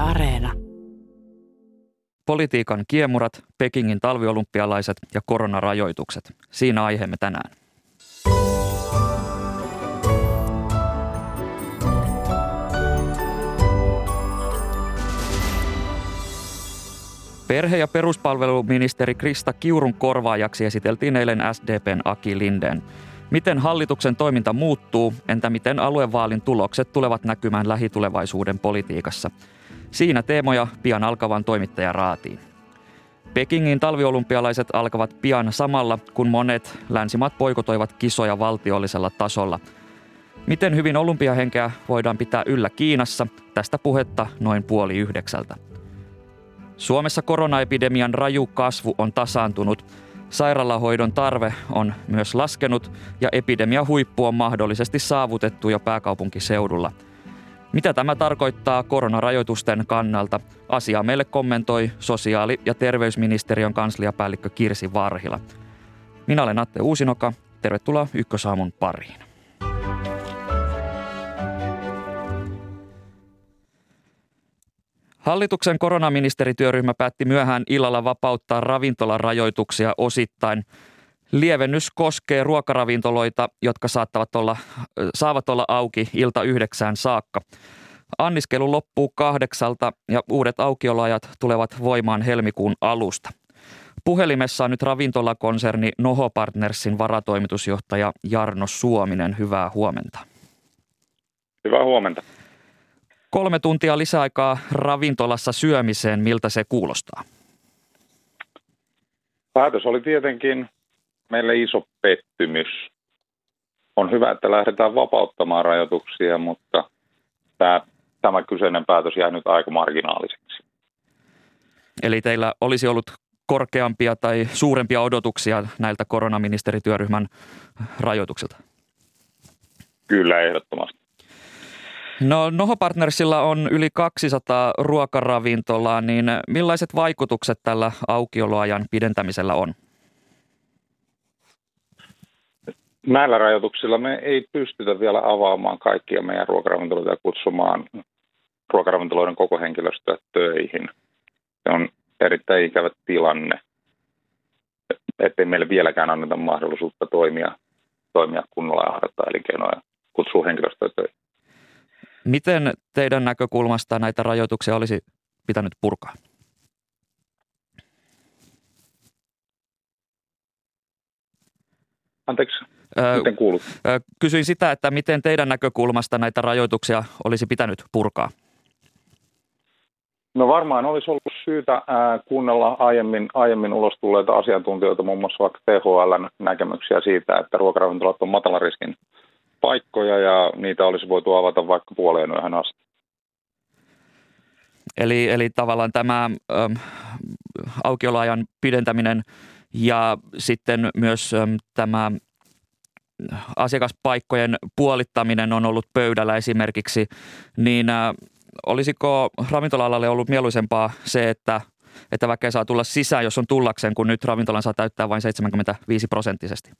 Areena. Politiikan kiemurat, Pekingin talviolympialaiset ja koronarajoitukset. Siinä aiheemme tänään. Perhe- ja peruspalveluministeri Krista Kiurun korvaajaksi esiteltiin eilen SDP:n Aki Lindén. Miten hallituksen toiminta muuttuu, entä miten aluevaalin tulokset tulevat näkymään lähitulevaisuuden politiikassa? Siinä teemoja pian alkavan toimittajaraatiin. Pekingin talviolympialaiset alkavat pian samalla, kun monet länsimaat boikotoivat kisoja valtiollisella tasolla. Miten hyvin olympiahenkeä voidaan pitää yllä Kiinassa? Tästä puhetta noin 8:30. Suomessa koronaepidemian raju kasvu on tasaantunut. Sairaalahoidon tarve on myös laskenut ja epidemian huippu on mahdollisesti saavutettu jo pääkaupunkiseudulla. Mitä tämä tarkoittaa koronarajoitusten kannalta? Asiaa meille kommentoi sosiaali- ja terveysministeriön kansliapäällikkö Kirsi Varhila. Minä olen Atte Uusinoka. Tervetuloa Ykkösaamun pariin. Hallituksen koronaministerityöryhmä päätti myöhään illalla vapauttaa ravintolarajoituksia osittain. Lievennys koskee ruokaravintoloita, jotka saavat olla auki ilta 9 saakka. Anniskelu loppuu 8 ja uudet aukioloajat tulevat voimaan helmikuun alusta. Puhelimessa on nyt ravintolakonserni Noho Partnersin varatoimitusjohtaja Jarno Suominen. Hyvää huomenta. Hyvää huomenta. 3 tuntia lisäaikaa ravintolassa syömiseen. Miltä se kuulostaa? Päätös oli tietenkin meille iso pettymys. On hyvä, että lähdetään vapauttamaan rajoituksia, mutta tämä kyseinen päätös jää nyt aika marginaaliseksi. Eli teillä olisi ollut korkeampia tai suurempia odotuksia näiltä koronaministerityöryhmän rajoituksilta? Kyllä, ehdottomasti. No, Noho Partnersilla on yli 200 ruokaravintolaa, niin millaiset vaikutukset tällä aukioloajan pidentämisellä on? Näillä rajoituksilla me ei pystytä vielä avaamaan kaikkia meidän ruokaravintoloita ja kutsumaan ruokaravintoloiden koko henkilöstöä töihin. Se on erittäin ikävä tilanne, ettei meille vieläkään anneta mahdollisuutta toimia kunnolla ja harjoittaa elinkeinoa ja kutsua henkilöstöä töihin. Miten teidän näkökulmasta näitä rajoituksia olisi pitänyt purkaa? Anteeksi, miten kuulut? Kysyin sitä, että miten teidän näkökulmasta näitä rajoituksia olisi pitänyt purkaa? No varmaan olisi ollut syytä kuunnella aiemmin ulos tulleita asiantuntijoita, muun muassa vaikka THL:n näkemyksiä siitä, että ruokaravintolat on matalan riskin paikkoja ja niitä olisi voitu avata vaikka puoleen yöhön asti. Eli tavallaan tämä aukioloajan pidentäminen ja sitten myös tämä asiakaspaikkojen puolittaminen on ollut pöydällä esimerkiksi, niin olisiko ravintola-alalle ollut mieluisempaa se, että väkeä saa tulla sisään, jos on tullakseen, kun nyt ravintolan saa täyttää vain 75%?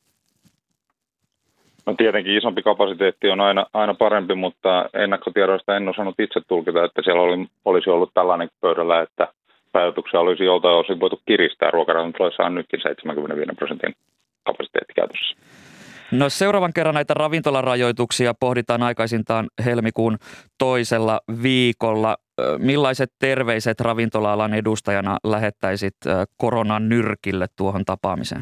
No tietenkin isompi kapasiteetti on aina parempi, mutta ennakkotiedoista en osannut itse tulkita, että siellä olisi ollut tällainen pöydällä, että rajoituksia olisi joltain osin voitu kiristää. Ruokaravintoloissa on nytkin 75% kapasiteetti käytössä. No seuraavan kerran näitä ravintolarajoituksia pohditaan aikaisintaan helmikuun 2. viikolla. Millaiset terveiset ravintola-alan edustajana lähettäisit koronan nyrkille tuohon tapaamiseen?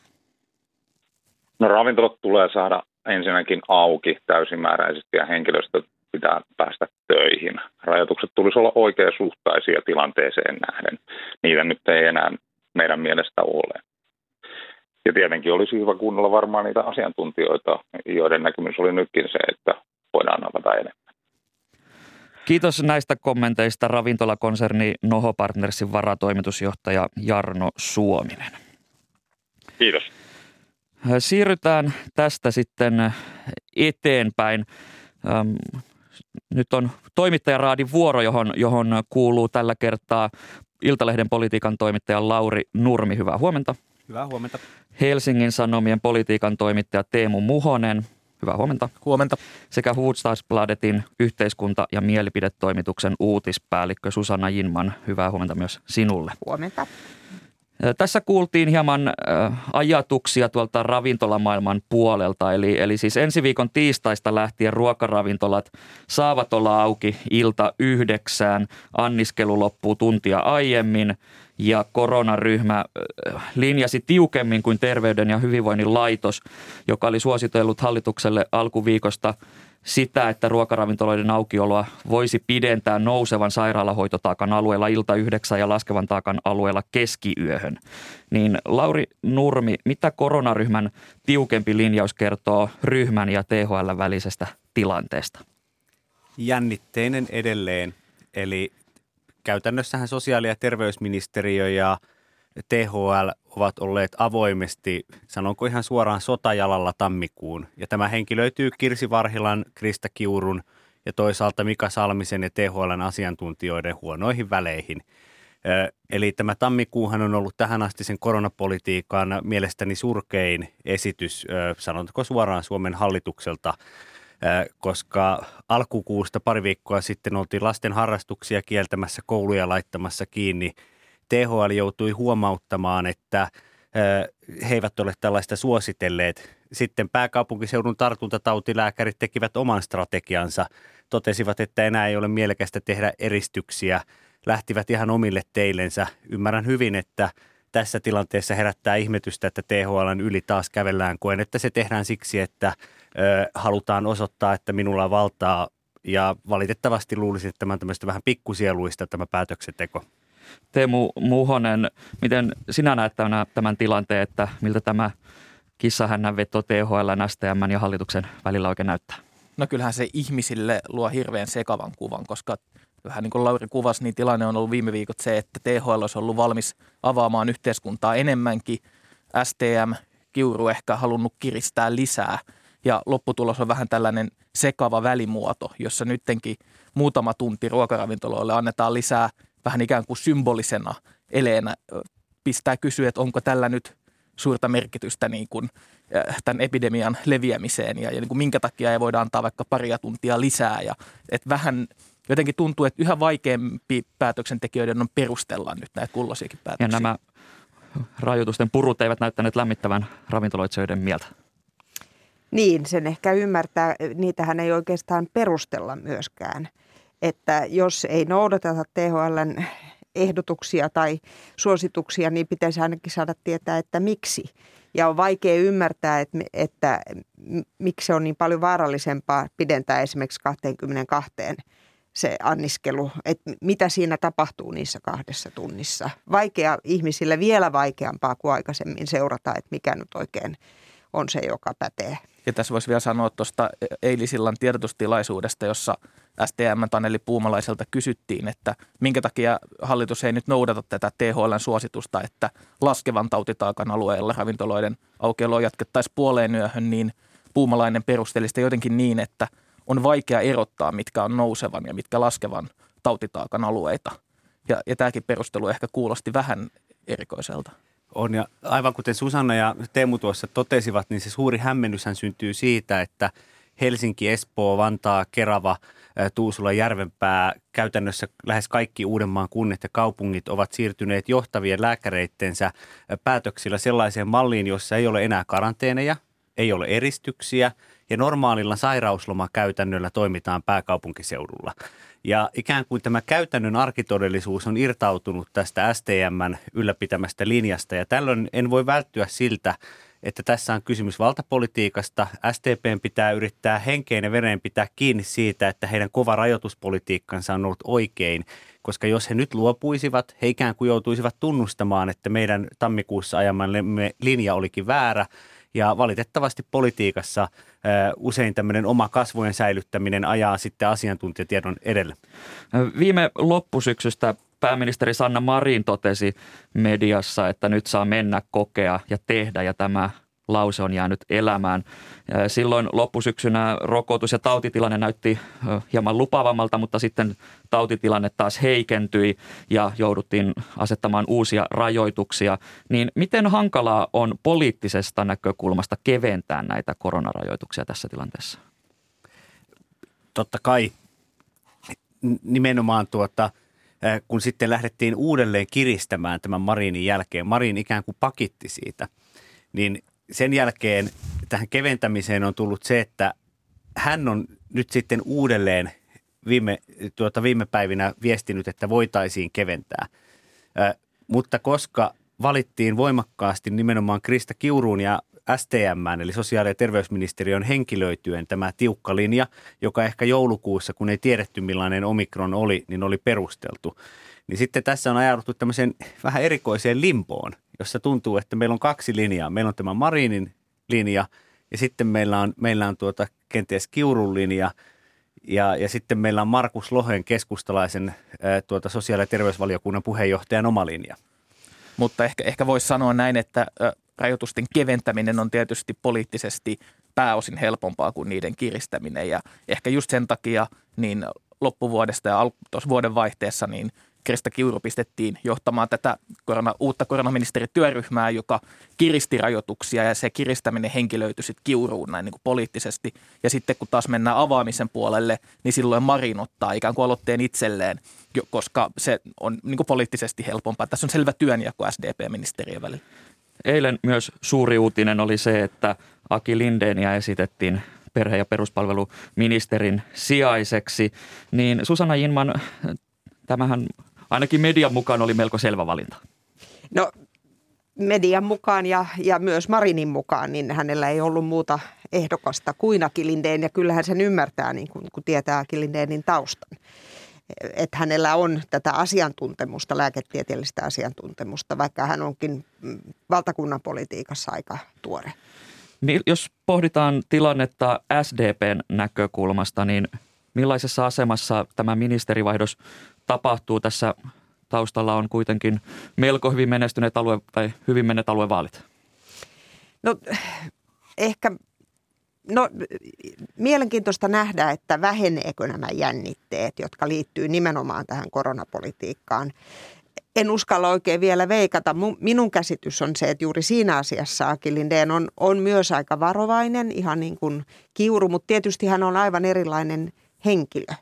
No ravintolat tulee saada ensinnäkin auki täysimääräisesti ja henkilöstö pitää päästä töihin. Rajoitukset tulisi olla oikeasuhtaisia tilanteeseen nähden. Niitä nyt ei enää meidän mielestä ole. Ja tietenkin olisi hyvä kuunnella varmaan niitä asiantuntijoita, joiden näkemys oli nytkin se, että voidaan avata enemmän. Kiitos näistä kommenteista ravintolakonserni Noho Partnersin varatoimitusjohtaja Jarno Suominen. Kiitos. Siirrytään tästä sitten eteenpäin. Nyt on toimittajaraadin vuoro, johon kuuluu tällä kertaa Iltalehden politiikan toimittaja Lauri Nurmi. Hyvää huomenta. Hyvää huomenta. Helsingin Sanomien politiikan toimittaja Teemu Muhonen. hyvää huomenta. Huomenta. Sekä Hufvudstadsbladetin yhteiskunta- ja mielipidetoimituksen uutispäällikkö Susanna Jinman, hyvää huomenta myös sinulle. Huomenta. Tässä kuultiin hieman ajatuksia tuolta ravintolamaailman puolelta, eli siis ensi viikon tiistaista lähtien ruokaravintolat saavat olla auki ilta 9, anniskelu loppuu tuntia aiemmin ja koronaryhmä linjasi tiukemmin kuin Terveyden ja hyvinvoinnin laitos, joka oli suositellut hallitukselle alkuviikosta sitä, että ruokaravintoloiden aukioloa voisi pidentää nousevan sairaalahoitotaakan alueella ilta 9 ja laskevan taakan alueella keskiyöhön. Niin Lauri Nurmi, mitä koronaryhmän tiukempi linjaus kertoo ryhmän ja THL välisestä tilanteesta? Jännitteinen edelleen, eli käytännössähän sosiaali- ja terveysministeriö ja THL ovat olleet avoimesti, sanonko ihan suoraan, sotajalalla tammikuun. Ja tämä henki löytyy Kirsi Varhilan, Krista Kiurun ja toisaalta Mika Salmisen ja THL:n asiantuntijoiden huonoihin väleihin. Eli tämä tammikuuhan on ollut tähän asti sen koronapolitiikan mielestäni surkein esitys, sanonko suoraan Suomen hallitukselta, koska alkukuusta pari viikkoa sitten oltiin lasten harrastuksia kieltämässä, kouluja laittamassa kiinni. THL joutui huomauttamaan, että he eivät ole tällaista suositelleet. Sitten pääkaupunkiseudun tartuntatautilääkärit tekivät oman strategiansa, totesivat, että enää ei ole mielekästä tehdä eristyksiä, lähtivät ihan omille teillensä. Ymmärrän hyvin, että tässä tilanteessa herättää ihmetystä, että THL:n yli taas kävellään. Koen, että se tehdään siksi, että halutaan osoittaa, että minulla on valtaa, ja valitettavasti luulisin, että tämä on tämmöistä vähän pikkusieluista tämä päätöksenteko. Teemu Muhonen, miten sinä näet tämän tilanteen, että miltä tämä kissahännän veto THL, STM ja hallituksen välillä oikein näyttää? No kyllähän se ihmisille luo hirveän sekavan kuvan, koska vähän niin kuin Lauri kuvasi, niin tilanne on ollut viime viikot se, että THL olisi ollut valmis avaamaan yhteiskuntaa enemmänkin. STM, Kiuru ehkä halunnut kiristää lisää ja lopputulos on vähän tällainen sekava välimuoto, jossa nyttenkin muutama tunti ruokaravintoloille annetaan lisää vähän ikään kuin symbolisena eleenä. Pistää kysyä, että onko tällä nyt suurta merkitystä niin kuin tämän epidemian leviämiseen ja niin kuin minkä takia ei voida antaa vaikka paria tuntia lisää. Ja, että vähän jotenkin tuntuu, että yhä vaikeampi päätöksentekijöiden on perustella nyt näitä kulloisiakin päätöksiä. Ja nämä rajoitusten purut eivät näyttäneet lämmittävän ravintoloitsijoiden mieltä. Niin, sen ehkä ymmärtää. Niitähän ei oikeastaan perustella myöskään. Että jos ei noudateta THL:n ehdotuksia tai suosituksia, niin pitäisi ainakin saada tietää, että miksi. Ja on vaikea ymmärtää, että miksi se on niin paljon vaarallisempaa pidentää esimerkiksi 22 se anniskelu, että mitä siinä tapahtuu niissä 2 tunnissa. Vaikea ihmisille, vielä vaikeampaa kuin aikaisemmin seurata, että mikä nyt oikein on se, joka pätee. Ja tässä voisi vielä sanoa tuosta eilisillan tiedotustilaisuudesta, jossa STM Taneli Puumalaiselta kysyttiin, että minkä takia hallitus ei nyt noudata tätä THL:n suositusta, että laskevan tautitaakan alueella ravintoloiden aukioloa jatkettaisiin puoleen yöhön, niin Puumalainen perusteli sitä jotenkin niin, että on vaikea erottaa, mitkä on nousevan ja mitkä laskevan tautitaakan alueita. Ja tämäkin perustelu ehkä kuulosti vähän erikoiselta. On, ja aivan kuten Susanna ja Teemu tuossa totesivat, niin se suuri hämmennyshän syntyy siitä, että Helsinki, Espoo, Vantaa, Kerava, Tuusula, Järvenpää, käytännössä lähes kaikki Uudenmaan kunnat ja kaupungit ovat siirtyneet johtavien lääkäreittensä päätöksillä sellaiseen malliin, jossa ei ole enää karanteeneja, ei ole eristyksiä ja normaalilla sairauslomakäytännöllä toimitaan pääkaupunkiseudulla. Ja ikään kuin tämä käytännön arkitodellisuus on irtautunut tästä STM:n ylläpitämästä linjasta ja tällöin en voi välttyä siltä, että tässä on kysymys valtapolitiikasta. SDP:n pitää yrittää henkeen ja vereen pitää kiinni siitä, että heidän kova rajoituspolitiikkansa on ollut oikein, koska jos he nyt luopuisivat, he ikään kuin joutuisivat tunnustamaan, että meidän tammikuussa ajamamme linja olikin väärä. Ja valitettavasti politiikassa usein tämmöinen oma kasvojen säilyttäminen ajaa sitten asiantuntijatiedon edelle. Viime loppusyksystä pääministeri Sanna Marin totesi mediassa, että nyt saa mennä, kokea ja tehdä, ja tämä lause on jäänyt elämään. Silloin loppusyksynä rokotus- ja tautitilanne näytti hieman lupaavammalta, mutta sitten tautitilanne taas heikentyi ja jouduttiin asettamaan uusia rajoituksia. Niin miten hankalaa on poliittisesta näkökulmasta keventää näitä koronarajoituksia tässä tilanteessa? Totta kai nimenomaan kun sitten lähdettiin uudelleen kiristämään tämän Marinin jälkeen, Marin ikään kuin pakitti siitä, niin sen jälkeen tähän keventämiseen on tullut se, että hän on nyt sitten uudelleen viime päivinä viestinyt, että voitaisiin keventää. Mutta koska valittiin voimakkaasti nimenomaan Krista Kiuruun ja STM:ään, eli sosiaali- ja terveysministeriön henkilöityen tämä tiukka linja, joka ehkä joulukuussa, kun ei tiedetty millainen omikron oli, niin oli perusteltu. Niin sitten tässä on ajauduttu tämmöiseen vähän erikoiseen limpoon, jossa tuntuu, että meillä on kaksi linjaa. Meillä on tämä Marinin linja ja sitten meillä on kenties Kiurun linja ja sitten meillä on Markus Lohen keskustalaisen sosiaali- ja terveysvaliokunnan puheenjohtajan oma linja. Mutta ehkä voisi sanoa näin, että rajoitusten keventäminen on tietysti poliittisesti pääosin helpompaa kuin niiden kiristäminen. Ja ehkä just sen takia niin loppuvuodesta ja tuossa vuodenvaihteessa niin Krista Kiuru pistettiin johtamaan tätä uutta koronaministerityöryhmää, joka kiristi rajoituksia ja se kiristäminen henkilöityi sitten Kiuruun näin niin kuin poliittisesti. Ja sitten kun taas mennään avaamisen puolelle, niin silloin Marin ottaa ikään kuin aloitteen itselleen, koska se on niin kuin poliittisesti helpompaa. Tässä on selvä työnjako SDP-ministeriön välillä. Eilen myös suuri uutinen oli se, että Aki Lindéniä esitettiin perhe- ja peruspalveluministerin sijaiseksi. Niin Susanna Jinman, tämähän ainakin median mukaan oli melko selvä valinta. No median mukaan ja myös Marinin mukaan, niin hänellä ei ollut muuta ehdokasta kuin Aki Lindén. Ja kyllähän sen ymmärtää, niin kun tietää Aki Lindénin taustan. Että hänellä on tätä asiantuntemusta, lääketieteellistä asiantuntemusta, vaikka hän onkin valtakunnan politiikassa aika tuore. Niin, jos pohditaan tilannetta SDPn näkökulmasta, niin millaisessa asemassa tämä ministerivaihdos tapahtuu? Tässä taustalla on kuitenkin melko hyvin menestyneet hyvin menneet aluevaalit. No ehkä... No mielenkiintoista nähdä, että väheneekö nämä jännitteet, jotka liittyy nimenomaan tähän koronapolitiikkaan. En uskalla oikein vielä veikata. Minun käsitys on se, että juuri siinä asiassa Aki Lindén on myös aika varovainen, ihan niin kuin Kiuru, mutta tietysti hän on aivan erilainen henkilö.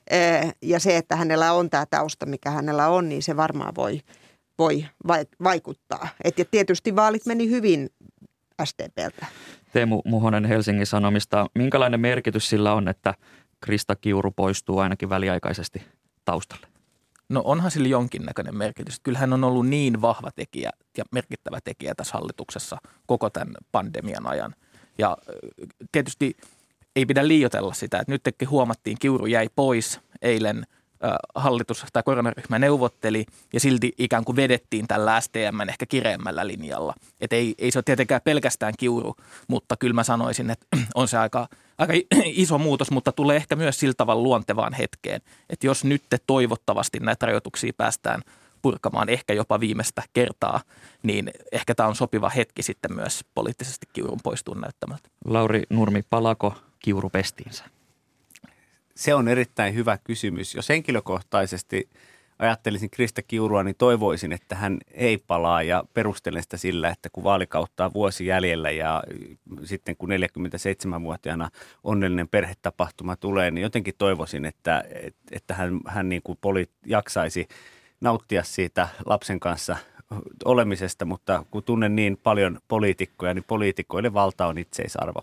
Ja se, että hänellä on tämä tausta, mikä hänellä on, niin se varmaan voi vaikuttaa. Ja tietysti vaalit meni hyvin SDP:ltä. Teemu Muhonen Helsingin Sanomista. Minkälainen merkitys sillä on, että Krista Kiuru poistuu ainakin väliaikaisesti taustalle? No onhan sillä jonkinnäköinen merkitys. Kyllähän on ollut niin vahva tekijä ja merkittävä tekijä tässä hallituksessa koko tämän pandemian ajan. Ja tietysti ei pidä liioitella sitä, että nytkin huomattiin, Kiuru jäi pois eilen. Hallitus tai koronaryhmä neuvotteli ja silti ikään kuin vedettiin tällä STM:n ehkä kireemmällä linjalla. Että ei se ole tietenkään pelkästään Kiuru, mutta kyllä mä sanoisin, että on se aika iso muutos, mutta tulee ehkä myös sillä tavalla luontevaan hetkeen. Että jos nyt toivottavasti näitä rajoituksia päästään purkamaan ehkä jopa viimeistä kertaa, niin ehkä tämä on sopiva hetki sitten myös poliittisesti Kiurun poistuun näyttämältä. Lauri Nurmi, palaako Kiuru pestiinsä? Se on erittäin hyvä kysymys. Jos henkilökohtaisesti ajattelisin Krista Kiurua, niin toivoisin, että hän ei palaa ja perustelen sitä sillä, että kun vaalikautta on vuosi jäljellä ja sitten kun 47-vuotiaana onnellinen perhetapahtuma tulee, niin jotenkin toivoisin, että hän niin kuin jaksaisi nauttia siitä lapsen kanssa olemisesta, mutta kun tunnen niin paljon poliitikkoja, niin poliitikoille valta on itseisarvo.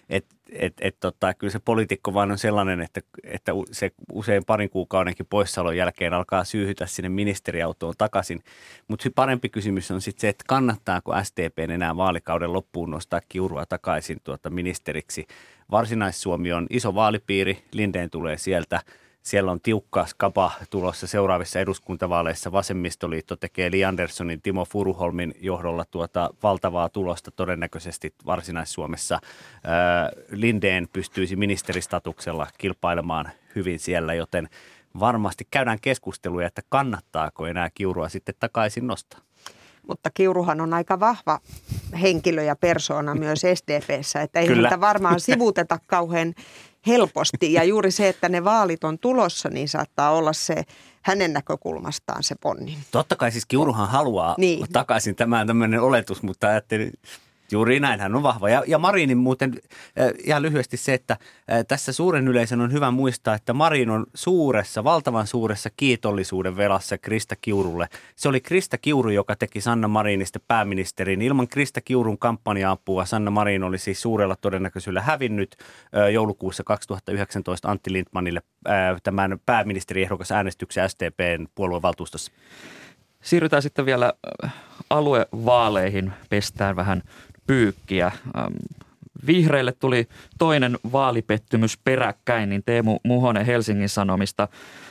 Kyllä se poliitikko vaan on sellainen, että se usein parin kuukaudenkin poissaolon jälkeen alkaa syyhytä sinne ministeriautoon takaisin. Mutta parempi kysymys on sitten se, että kannattaako SDP:n enää vaalikauden loppuun nostaa Kiurua takaisin ministeriksi. Varsinais-Suomi on iso vaalipiiri, Lindén tulee sieltä. Siellä on tiukka skaba tulossa seuraavissa eduskuntavaaleissa. Vasemmistoliitto tekee Li Anderssonin, Timo Furuholmin johdolla valtavaa tulosta todennäköisesti Varsinais-Suomessa. Lindén pystyisi ministeristatuksella kilpailemaan hyvin siellä, joten varmasti käydään keskusteluja, että kannattaako enää Kiurua sitten takaisin nostaa. Mutta Kiuruhan on aika vahva henkilö ja persoona myös SDP:ssä, että ei Kyllä. häntä varmaan sivuteta kauhean helposti. Ja juuri se, että ne vaalit on tulossa, niin saattaa olla se hänen näkökulmastaan se ponnin. Totta kai siis Kiuruhan haluaa takaisin tämä tämmöinen oletus, mutta ajattelin, juuri näin, hän on vahva. Ja Marinin muuten, ihan lyhyesti se, että tässä suuren yleisön on hyvä muistaa, että Marin on valtavan suuressa kiitollisuuden velassa Krista Kiurulle. Se oli Krista Kiuru, joka teki Sanna Marinista pääministerin. Ilman Krista Kiurun kampanja-apua Sanna Marin oli siis suurella todennäköisyydellä hävinnyt joulukuussa 2019 Antti Lindmanille tämän pääministeriehdokas äänestyksen SDP:n puoluevaltuustossa. Siirrytään sitten vielä aluevaaleihin, pestään vähän pyykkiä. Vihreille tuli toinen vaalipettymys peräkkäin, niin Teemu Muhonen Helsingin Sanomista.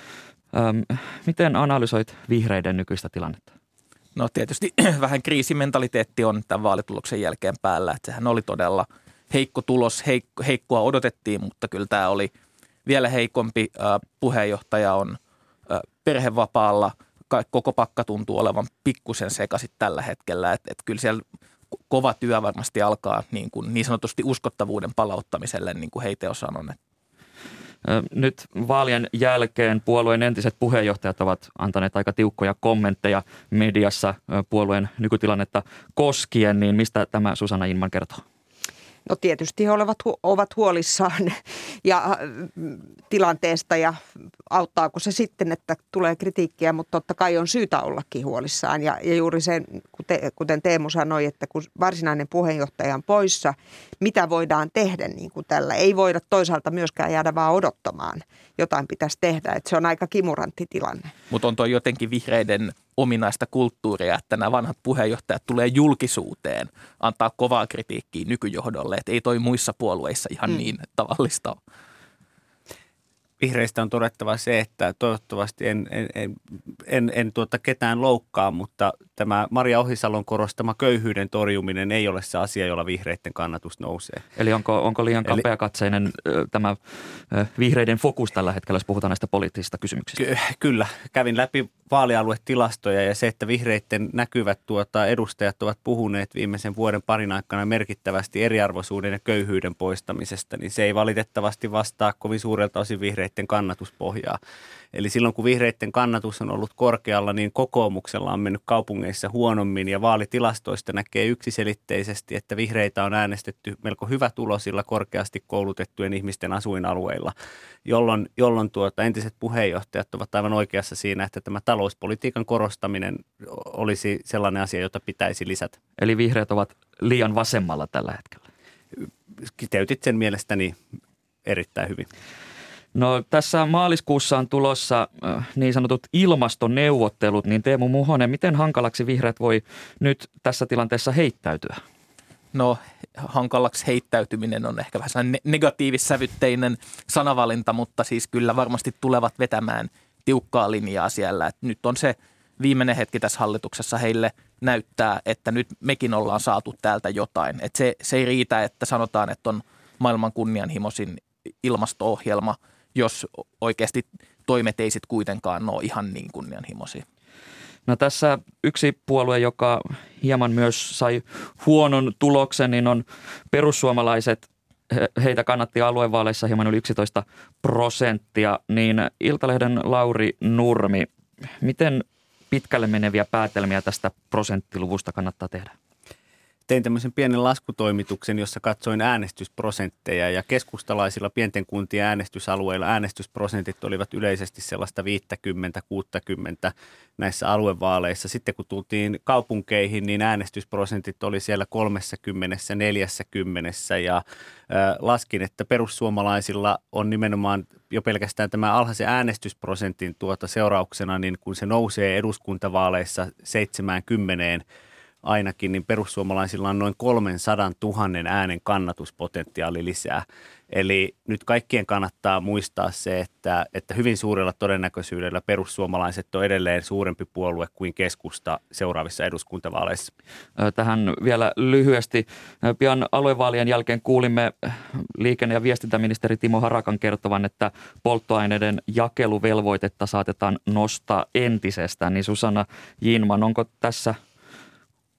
Miten analysoit vihreiden nykyistä tilannetta? No tietysti vähän kriisimentaliteetti on tämän vaalituloksen jälkeen päällä. Että sehän oli todella heikko tulos, heikkoa odotettiin, mutta kyllä tämä oli vielä heikompi. Puheenjohtaja on perhevapaalla. Koko pakka tuntuu olevan pikkusen sekaisin tällä hetkellä, että kyllä siellä kova työ varmasti alkaa niin sanotusti uskottavuuden palauttamiselle, niin kuin Heite on sanonut. Nyt vaalien jälkeen puolueen entiset puheenjohtajat ovat antaneet aika tiukkoja kommentteja mediassa puolueen nykytilannetta koskien, niin mistä tämä Susanna Inman kertoo? No tietysti he ovat huolissaan ja tilanteesta ja auttaako se sitten, että tulee kritiikkiä, mutta totta kai on syytä ollakin huolissaan. Ja juuri se, kuten Teemu sanoi, että kun varsinainen puheenjohtaja on poissa, mitä voidaan tehdä niin kuin tällä? Ei voida toisaalta myöskään jäädä vaan odottamaan. Jotain pitäisi tehdä, että se on aika kimurantti tilanne. Mutta on tuo jotenkin vihreiden ominaista kulttuuria, että nämä vanhat puheenjohtajat tulee julkisuuteen antaa kovaa kritiikkiä nykyjohdolle, että ei toi muissa puolueissa ihan niin tavallista ole. Vihreistä on todettava se, että toivottavasti en ketään loukkaa, mutta tämä Maria Ohisalon korostama köyhyyden torjuminen ei ole se asia, jolla vihreiden kannatus nousee. Eli onko liian kapeakatseinen tämä vihreiden fokus tällä hetkellä, jos puhutaan näistä poliittisista kysymyksistä? Kyllä. Kävin läpi vaalialuetilastoja ja se, että vihreiden näkyvät edustajat ovat puhuneet viimeisen vuoden parin aikana merkittävästi eriarvoisuuden ja köyhyyden poistamisesta, niin se ei valitettavasti vastaa kovin suurelta osin vihreiden kannatuspohjaa. Eli silloin kun vihreiden kannatus on ollut korkealla, niin kokoomuksella on mennyt kaupungeissa huonommin ja vaalitilastoista näkee yksiselitteisesti, että vihreitä on äänestetty melko hyvätulosilla korkeasti koulutettujen ihmisten asuinalueilla, jolloin entiset puheenjohtajat ovat aivan oikeassa siinä, että tämä talouspolitiikan korostaminen olisi sellainen asia, jota pitäisi lisätä. Eli vihreät ovat liian vasemmalla tällä hetkellä? Kiteytit sen mielestäni erittäin hyvin. No tässä maaliskuussa on tulossa niin sanotut ilmastoneuvottelut, niin Teemu Muhonen, miten hankalaksi vihreät voi nyt tässä tilanteessa heittäytyä? No hankalaksi heittäytyminen on ehkä vähän negatiivissävytteinen sanavalinta, mutta siis kyllä varmasti tulevat vetämään tiukkaa linjaa siellä. Et nyt on se viimeinen hetki tässä hallituksessa heille näyttää, että nyt mekin ollaan saatu täältä jotain. Et se ei riitä, että sanotaan, että on maailman kunnianhimoisin ilmasto-ohjelma, jos oikeasti toimet ei sitten kuitenkaan ole ihan niin kunnianhimoisia. No tässä yksi puolue, joka hieman myös sai huonon tuloksen, niin on perussuomalaiset. Heitä kannatti aluevaaleissa hieman yli 11%, niin Iltalehden Lauri Nurmi, miten pitkälle meneviä päätelmiä tästä prosenttiluvusta kannattaa tehdä? Tein tämmöisen pienen laskutoimituksen, jossa katsoin äänestysprosentteja ja keskustalaisilla pienten kuntien äänestysalueilla äänestysprosentit olivat yleisesti sellaista 50-60 näissä aluevaaleissa. Sitten kun tultiin kaupunkeihin, niin äänestysprosentit oli siellä 30-40 ja laskin, että perussuomalaisilla on nimenomaan jo pelkästään tämä alhaisen äänestysprosentin seurauksena, niin kun se nousee eduskuntavaaleissa 70 ainakin, niin perussuomalaisilla on noin 300 000 äänen kannatuspotentiaali lisää. Eli nyt kaikkien kannattaa muistaa se, että hyvin suurella todennäköisyydellä perussuomalaiset on edelleen suurempi puolue kuin keskusta seuraavissa eduskuntavaaleissa. Tähän vielä lyhyesti. Pian aluevaalien jälkeen kuulimme liikenne- ja viestintäministeri Timo Harakan kertovan, että polttoaineiden jakeluvelvoitetta saatetaan nostaa entisestään. Niin Susanna Jinman, onko tässä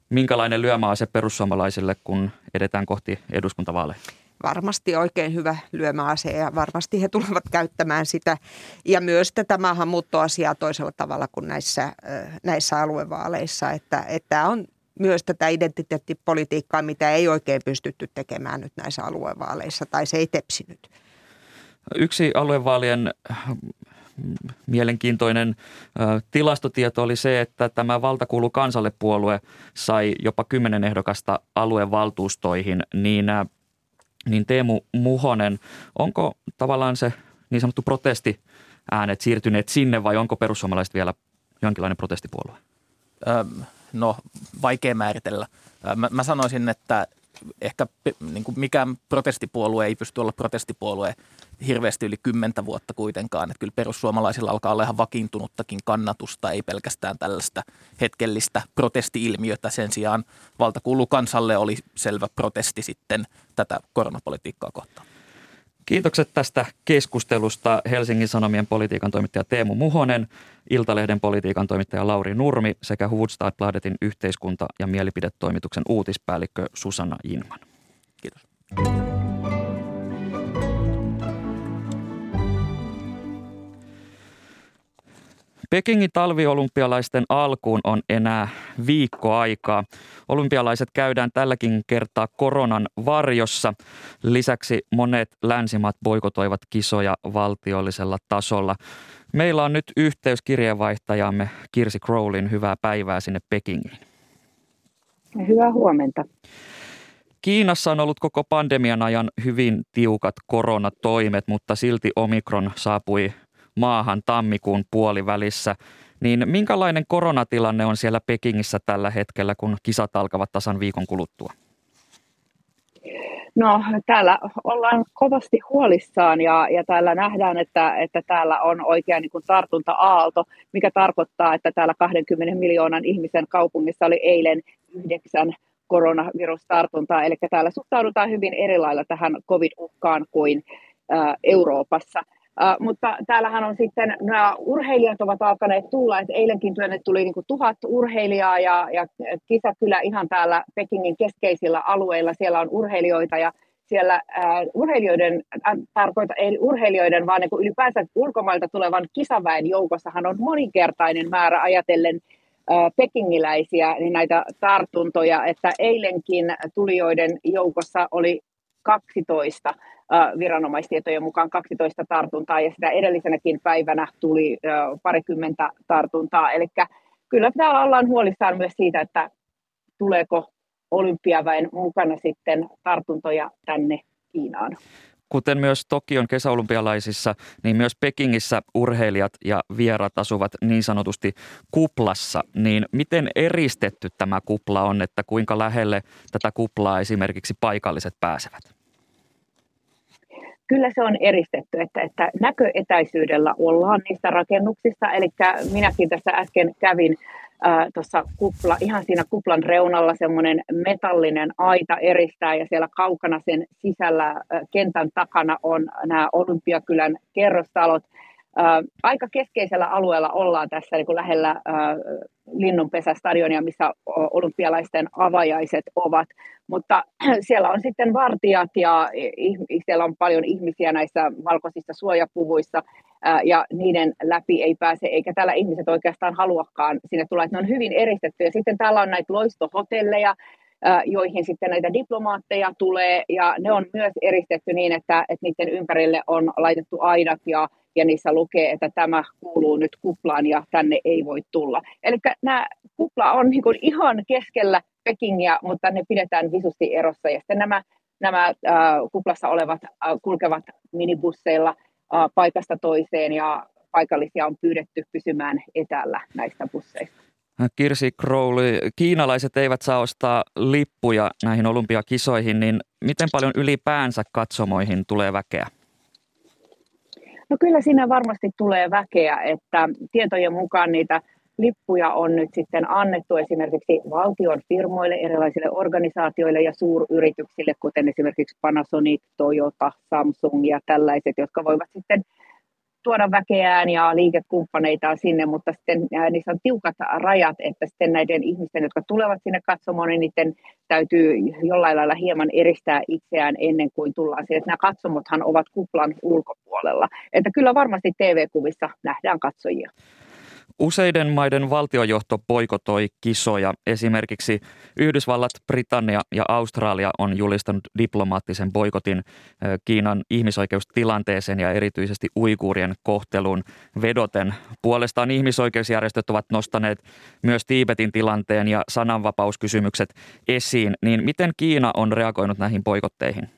Minkälainen lyömäase perussuomalaisille, kun edetään kohti eduskuntavaaleja? Varmasti oikein hyvä lyömäase ja varmasti he tulevat käyttämään sitä ja myös tätä maahanmuuttoasiaa toisella tavalla kuin näissä aluevaaleissa, että on myös tätä identiteettipolitiikkaa, mitä ei oikein pystytty tekemään nyt näissä aluevaaleissa tai se ei tepsinyt. Yksi aluevaalien mielenkiintoinen tilastotieto oli se, että tämä Valta kuuluu kansalle -puolue sai jopa 10 ehdokasta aluevaltuustoihin, niin Teemu Muhonen, onko tavallaan se niin sanottu protestiäänet siirtyneet sinne vai onko perussuomalaiset vielä jonkinlainen protestipuolue? No, vaikea määritellä. Mä sanoisin, että ehkä niin kuin mikään protestipuolue ei pysty olla protestipuolue hirveästi yli 10 vuotta kuitenkaan. Että kyllä perussuomalaisilla alkaa olla ihan vakiintunuttakin kannatusta, ei pelkästään tällaista hetkellistä protesti-ilmiötä. Sen sijaan Valta kuuluu kansalle oli selvä protesti sitten tätä koronapolitiikkaa kohtaan. Kiitokset tästä keskustelusta Helsingin Sanomien politiikan toimittaja Teemu Muhonen, Iltalehden politiikan toimittaja Lauri Nurmi sekä Hufvudstadsbladetin yhteiskunta- ja mielipidetoimituksen uutispäällikkö Susanna Inman. Kiitos. Pekingin talviolympialaisten alkuun on enää viikko aikaa. Olympialaiset käydään tälläkin kertaa koronan varjossa. Lisäksi monet länsimaat boikotoivat kisoja valtiollisella tasolla. Meillä on nyt yhteys kirjeenvaihtajamme Kirsi Crowlin. Hyvää päivää sinne Pekingiin. Hyvää huomenta. Kiinassa on ollut koko pandemian ajan hyvin tiukat koronatoimet, mutta silti Omikron saapui maahan tammikuun puolivälissä. Niin minkälainen koronatilanne on siellä Pekingissä tällä hetkellä, kun kisat alkavat tasan viikon kuluttua? No täällä ollaan kovasti huolissaan ja täällä nähdään, että täällä on oikea niin kuin tartunta-aalto, mikä tarkoittaa, että täällä 20 miljoonan ihmisen kaupungissa oli eilen 9 koronavirustartuntaa. Eli täällä suhtaudutaan hyvin eri lailla tähän covid-uhkaan kuin Euroopassa. Mutta täällähän on sitten, nämä urheilijat ovat alkaneet tulla, että eilenkin tänne tuli niin kuin 1000 urheilijaa ja kisat kyllä ihan täällä Pekingin keskeisillä alueilla, siellä on urheilijoita ja siellä ei urheilijoiden, vaan niin kuin ylipäänsä ulkomailta tulevan kisaväen joukossahan on moninkertainen määrä ajatellen pekingiläisiä, niin näitä tartuntoja, että eilenkin tulijoiden joukossa oli 12 viranomaistietojen mukaan 12 tartuntaa ja sitä edellisenäkin päivänä tuli parikymmentä tartuntaa. Eli kyllä täällä ollaan huolissaan myös siitä, että tuleeko olympiaväen mukana sitten tartuntoja tänne Kiinaan. Kuten myös Tokion kesäolympialaisissa, niin myös Pekingissä urheilijat ja vieraat asuvat niin sanotusti kuplassa. Niin miten eristetty tämä kupla on, että kuinka lähelle tätä kuplaa esimerkiksi paikalliset pääsevät? Kyllä se on eristetty, että näköetäisyydellä ollaan niistä rakennuksista. Eli minäkin tässä äsken kävin tuossa ihan siinä kuplan reunalla semmoinen metallinen aita eristää ja siellä kaukana sen sisällä kentän takana on nämä Olympiakylän kerrostalot. Aika keskeisellä alueella ollaan tässä niin kuin lähellä Linnunpesästadionia, missä olympialaisten avajaiset ovat, mutta siellä on sitten vartijat ja siellä on paljon ihmisiä näissä valkoisissa suojapuvuissa ja niiden läpi ei pääse, eikä täällä ihmiset oikeastaan haluakaan sinne tulla, että ne on hyvin eristetty ja sitten täällä on näitä loistohotelleja, joihin sitten näitä diplomaatteja tulee ja ne on myös eristetty niin, että niiden ympärille on laitettu aidat ja niissä lukee, että tämä kuuluu nyt kuplaan ja tänne ei voi tulla. Eli nämä kupla on niin kuin ihan keskellä Pekingiä, mutta ne pidetään visusti erossa. Ja sitten nämä kuplassa olevat kulkevat minibusseilla paikasta toiseen ja paikallisia on pyydetty pysymään etäällä näistä busseista. Kirsi Crowley, kiinalaiset eivät saa ostaa lippuja näihin olympiakisoihin, niin miten paljon ylipäänsä katsomoihin tulee väkeä? No kyllä siinä varmasti tulee väkeä, että tietojen mukaan niitä lippuja on nyt sitten annettu esimerkiksi valtion firmoille, erilaisille organisaatioille ja suuryrityksille, kuten esimerkiksi Panasonic, Toyota, Samsung ja tällaiset, jotka voivat sitten tuoda väkeään ja liikekumppaneitaan sinne, mutta sitten niissä on tiukat rajat, että sitten näiden ihmisten, jotka tulevat sinne katsomaan, niin niiden täytyy jollain lailla hieman eristää itseään ennen kuin tullaan siihen. Nämä katsomothan ovat kuplan ulkopuolella, että kyllä varmasti TV-kuvissa nähdään katsojia. Useiden maiden valtiojohto boikotoi kisoja. Esimerkiksi Yhdysvallat, Britannia ja Australia on julistanut diplomaattisen boikotin Kiinan ihmisoikeustilanteeseen ja erityisesti uiguurien kohteluun vedoten. Puolestaan ihmisoikeusjärjestöt ovat nostaneet myös Tiibetin tilanteen ja sananvapauskysymykset esiin. Niin miten Kiina on reagoinut näihin boikotteihin?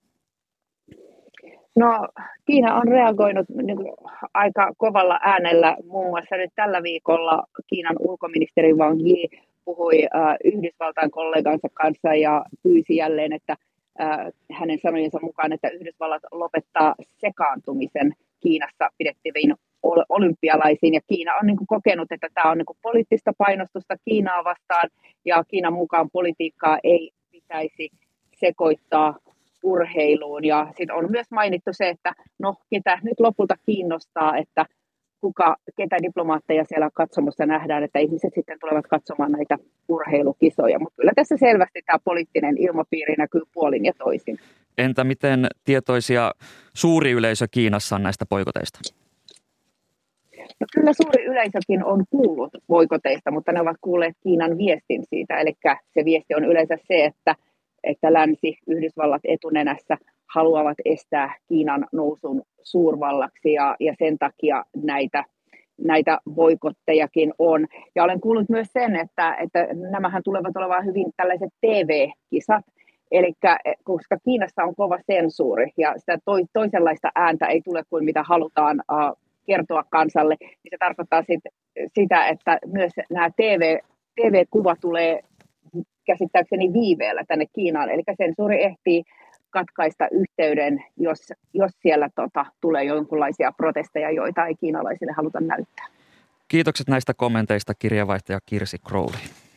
No, Kiina on reagoinut aika kovalla äänellä. Muun muassa nyt tällä viikolla Kiinan ulkoministeri Wang Yi puhui Yhdysvaltain kollegansa kanssa ja pyysi jälleen, että hänen sanojensa mukaan, että Yhdysvallat lopettaa sekaantumisen Kiinassa pidettyviin olympialaisiin. Ja Kiina on kokenut, että tämä on poliittista painostusta Kiinaa vastaan ja Kiinan mukaan politiikkaa ei pitäisi sekoittaa urheiluun. Ja sitten on myös mainittu se, että ketä nyt lopulta kiinnostaa, että ketä diplomaatteja siellä katsomossa nähdään, että ihmiset sitten tulevat katsomaan näitä urheilukisoja. Mutta kyllä tässä selvästi tämä poliittinen ilmapiiri näkyy puolin ja toisin. Entä miten tietoisia suuri yleisö Kiinassa on näistä boikoteista? No kyllä suuri yleisökin on kuullut boikoteista, mutta ne ovat kuulleet Kiinan viestin siitä. Eli se viesti on yleensä se, että länsi, Yhdysvallat etunenässä haluavat estää Kiinan nousun suurvallaksi ja sen takia näitä boikottejakin on. Ja olen kuullut myös sen, että nämähän tulevat olemaan hyvin tällaiset TV-kisat, eli koska Kiinassa on kova sensuuri ja sitä toisenlaista ääntä ei tule kuin mitä halutaan kertoa kansalle, niin se tarkoittaa sitä, että myös nämä TV-kuva tulee käsittääkseni viiveellä tänne Kiinaan, eli sensuuri ehtii katkaista yhteyden, jos siellä tulee jonkinlaisia protesteja, joita ei kiinalaisille haluta näyttää. Kiitokset näistä kommenteista, kirjeenvaihtaja Kirsi Crowley.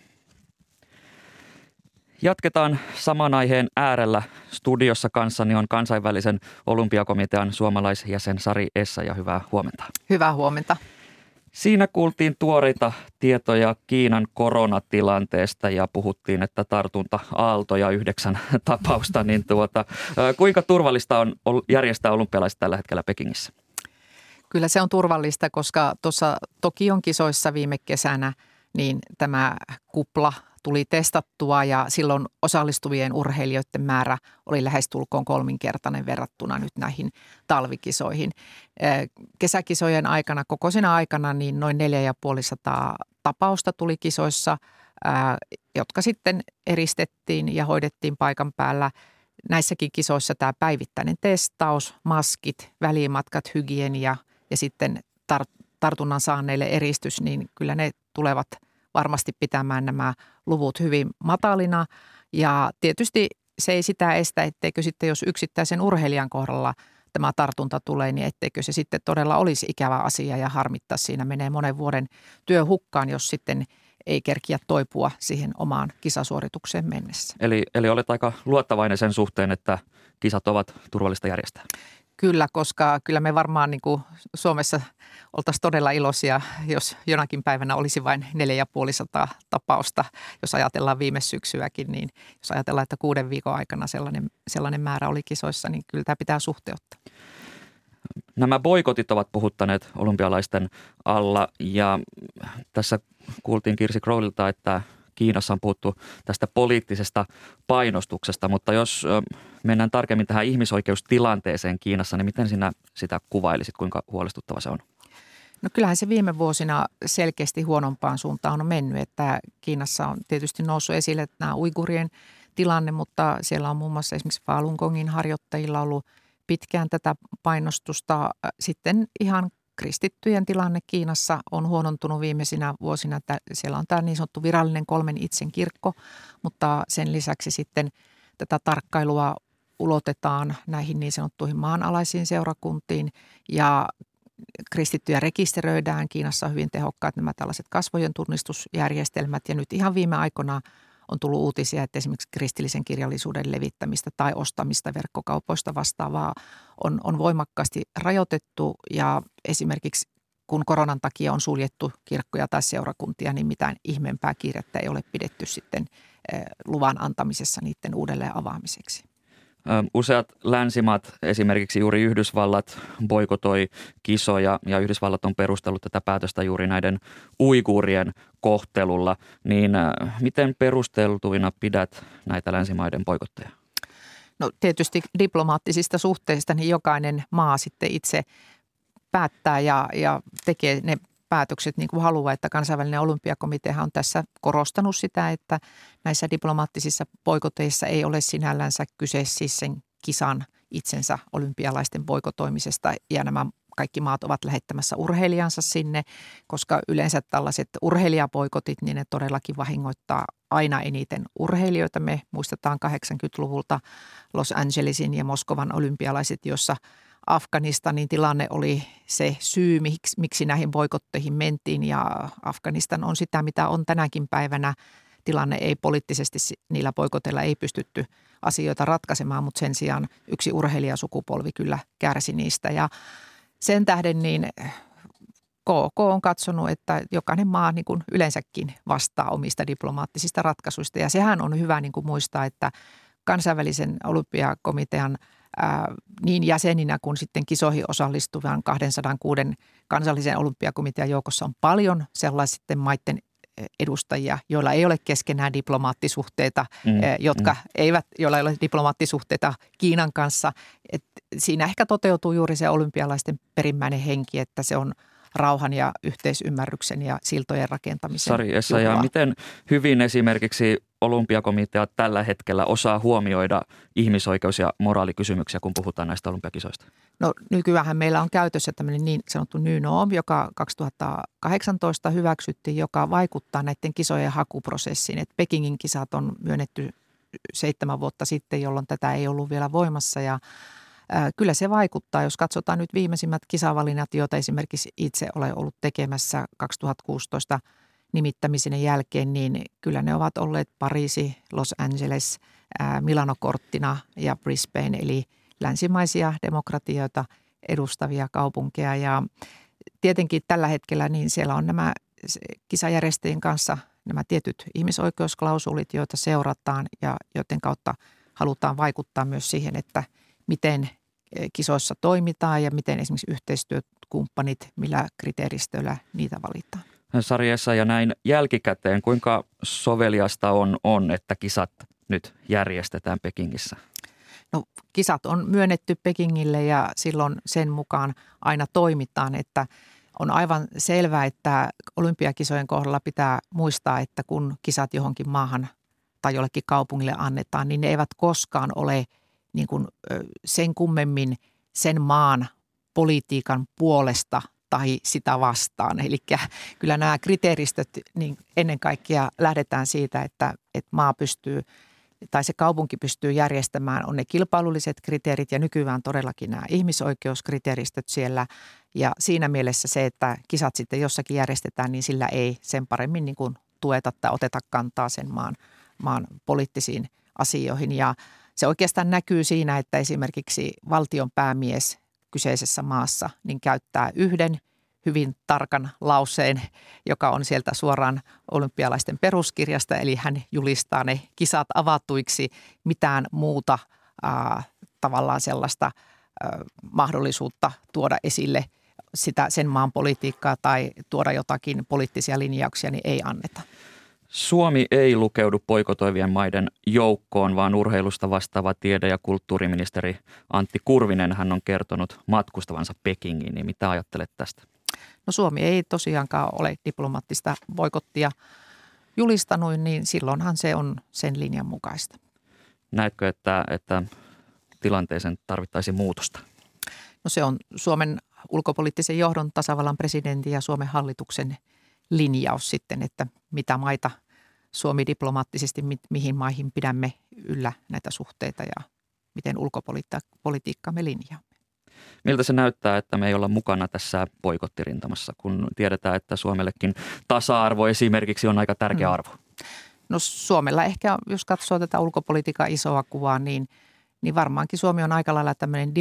Jatketaan saman aiheen äärellä. Studiossa kanssani on kansainvälisen olympiakomitean suomalaisjäsen Sari Essayah. Hyvää huomenta. Hyvää huomenta. Siinä kuultiin tuoreita tietoja Kiinan koronatilanteesta ja puhuttiin, että tartunta-aaltoja 9 tapausta. Niin kuinka turvallista on järjestää olympialaiset tällä hetkellä Pekingissä? Kyllä se on turvallista, koska tuossa Tokion kisoissa viime kesänä niin tämä kupla tuli testattua ja silloin osallistuvien urheilijoiden määrä oli lähestulkoon 3-kertainen verrattuna nyt näihin talvikisoihin. Kesäkisojen aikana, koko siinä aikana, niin noin 450 tapausta tuli kisoissa, jotka sitten eristettiin ja hoidettiin paikan päällä. Näissäkin kisoissa tämä päivittäinen testaus, maskit, välimatkat, hygienia ja sitten tartunnan saaneille eristys, niin kyllä ne tulevat varmasti pitämään nämä luvut hyvin matalina. Ja tietysti se ei sitä estä, etteikö sitten jos yksittäisen urheilijan kohdalla tämä tartunta tulee, niin etteikö se sitten todella olisi ikävä asia ja harmittaa. Siinä menee monen vuoden työ hukkaan, jos sitten ei kerkiä toipua siihen omaan kisasuoritukseen mennessä. Eli olet aika luottavainen sen suhteen, että kisat ovat turvallista järjestää? Kyllä, koska kyllä me varmaan niin kuin Suomessa oltaisiin todella iloisia, jos jonakin päivänä olisi vain 450 tapausta. Jos ajatellaan viime syksyäkin, niin jos ajatellaan, että 6 viikon aikana sellainen määrä oli kisoissa, niin kyllä tämä pitää suhteuttaa. Nämä boikotit ovat puhuttaneet olympialaisten alla ja tässä kuultiin Kirsi Crowleylta, että Kiinassa on puhuttu tästä poliittisesta painostuksesta, mutta jos mennään tarkemmin tähän ihmisoikeustilanteeseen Kiinassa, niin miten sinä sitä kuvailisit, kuinka huolestuttava se on? No kyllähän se viime vuosina selkeästi huonompaan suuntaan on mennyt, että Kiinassa on tietysti noussut esille nämä uigurien tilanne, mutta siellä on muun muassa esimerkiksi Falun Gongin harjoittajilla ollut pitkään tätä painostusta. Sitten ihan kristittyjen tilanne Kiinassa on huonontunut viimeisinä vuosina, että siellä on tämä niin sanottu virallinen 3 itsen kirkko, mutta sen lisäksi sitten tätä tarkkailua ulotetaan näihin niin sanottuihin maanalaisiin seurakuntiin ja kristittyjä rekisteröidään. Kiinassa on hyvin tehokkaat nämä tällaiset kasvojen tunnistusjärjestelmät ja nyt ihan viime aikoina on tullut uutisia, että esimerkiksi kristillisen kirjallisuuden levittämistä tai ostamista verkkokaupoista vastaavaa on voimakkaasti rajoitettu ja esimerkiksi kun koronan takia on suljettu kirkkoja tai seurakuntia, niin mitään ihmeempää kiirettä ei ole pidetty sitten luvan antamisessa niiden uudelleen avaamiseksi. Useat länsimaat, esimerkiksi juuri Yhdysvallat, boikotoi kisoja ja Yhdysvallat on perustellut tätä päätöstä juuri näiden uiguurien kohtelulla. Niin miten perusteltuina pidät näitä länsimaiden boikotteja? No tietysti diplomaattisista suhteista niin jokainen maa sitten itse päättää ja tekee ne päätökset niin kuin haluaa, että kansainvälinen olympiakomitea on tässä korostanut sitä, että näissä diplomaattisissa boikoteissa ei ole sinällänsä kyse siis sen kisan itsensä olympialaisten boikotoimisesta ja nämä kaikki maat ovat lähettämässä urheilijansa sinne, koska yleensä tällaiset urheilijaboikotit, niin ne todellakin vahingoittaa aina eniten urheilijoita. Me muistetaan 80-luvulta Los Angelesin ja Moskovan olympialaiset, jossa Afganistanin tilanne oli se syy, miksi näihin boikotteihin mentiin ja Afganistan on sitä, mitä on tänäkin päivänä. Tilanne ei poliittisesti, niillä boikoteilla ei pystytty asioita ratkaisemaan, mutta sen sijaan yksi urheilijasukupolvi kyllä kärsi niistä ja sen tähden niin KK on katsonut, että jokainen maa niin kuin yleensäkin vastaa omista diplomaattisista ratkaisuista ja sehän on hyvä niin kuin muistaa, että kansainvälisen olympiakomitean niin jäseninä kuin sitten kisoihin osallistuvan 206 kansallisen olympiakomitean joukossa on paljon sellaisten maiden edustajia, joilla ei ole keskenään diplomaattisuhteita, joilla ei ole diplomaattisuhteita Kiinan kanssa. Et siinä ehkä toteutuu juuri se olympialaisten perimmäinen henki, että se on rauhan ja yhteisymmärryksen ja siltojen rakentamisen Sari Essayah, miten hyvin esimerkiksi olympiakomitea tällä hetkellä osaa huomioida ihmisoikeus- ja moraalikysymyksiä, kun puhutaan näistä olympiakisoista? No nykyäänhän meillä on käytössä tämmöinen niin sanottu New Norm, joka 2018 hyväksyttiin, joka vaikuttaa näiden kisojen hakuprosessiin. Et Pekingin kisat on myönnetty 7 vuotta sitten, jolloin tätä ei ollut vielä voimassa ja kyllä se vaikuttaa, jos katsotaan nyt viimeisimmät kisavalinnat, joita esimerkiksi itse olen ollut tekemässä 2016 nimittämisen jälkeen, niin kyllä ne ovat olleet Pariisi, Los Angeles, Milano Cortina ja Brisbane, eli länsimaisia demokratioita edustavia kaupunkeja. Ja tietenkin tällä hetkellä niin siellä on nämä kisajärjestäjien kanssa nämä tietyt ihmisoikeusklausulit, joita seurataan ja joiden kautta halutaan vaikuttaa myös siihen, että miten kisoissa toimitaan ja miten esimerkiksi yhteistyökumppanit, millä kriteeristöillä niitä valitaan. Sari Essayah, näin jälkikäteen, kuinka soveliasta on, että kisat nyt järjestetään Pekingissä? No kisat on myönnetty Pekingille ja silloin sen mukaan aina toimitaan, että on aivan selvää, että olympiakisojen kohdalla pitää muistaa, että kun kisat johonkin maahan tai jollekin kaupungille annetaan, niin ne eivät koskaan ole niin kuin sen kummemmin sen maan politiikan puolesta tai sitä vastaan. Eli kyllä nämä kriteeristöt, niin ennen kaikkea lähdetään siitä, että maa pystyy tai se kaupunki pystyy järjestämään, on ne kilpailulliset kriteerit ja nykyään todellakin nämä ihmisoikeuskriteeristöt siellä. Ja siinä mielessä se, että kisat sitten jossakin järjestetään, niin sillä ei sen paremmin niin kuin tueta tai oteta kantaa sen maan poliittisiin asioihin. Ja se oikeastaan näkyy siinä, että esimerkiksi valtion päämies kyseisessä maassa niin käyttää yhden hyvin tarkan lauseen, joka on sieltä suoraan olympialaisten peruskirjasta, eli hän julistaa ne kisat avatuiksi, mitään muuta tavallaan sellaista mahdollisuutta tuoda esille sen maan politiikkaa tai tuoda jotakin poliittisia linjauksia, niin ei anneta. Suomi ei lukeudu boikotoivien maiden joukkoon, vaan urheilusta vastaava tiede- ja kulttuuriministeri Antti Kurvinen hän on kertonut matkustavansa Pekingiin. Niin mitä ajattelet tästä? No Suomi ei tosiaankaan ole diplomaattista boikottia julistanut, niin silloinhan se on sen linjan mukaista. Näetkö, että tilanteeseen tarvittaisiin muutosta? No se on Suomen ulkopoliittisen johdon, tasavallan presidentin ja Suomen hallituksen linjaus sitten, että mitä maita Suomi diplomaattisesti, mihin maihin pidämme yllä näitä suhteita ja miten ulkopolitiikkaamme linjaamme. Miltä se näyttää, että me ei olla mukana tässä boikottirintamassa, kun tiedetään, että Suomellekin tasa-arvo esimerkiksi on aika tärkeä arvo? No Suomella ehkä, jos katsoo tätä ulkopolitiikan isoa kuvaa, niin varmaankin Suomi on aika lailla tämmöinen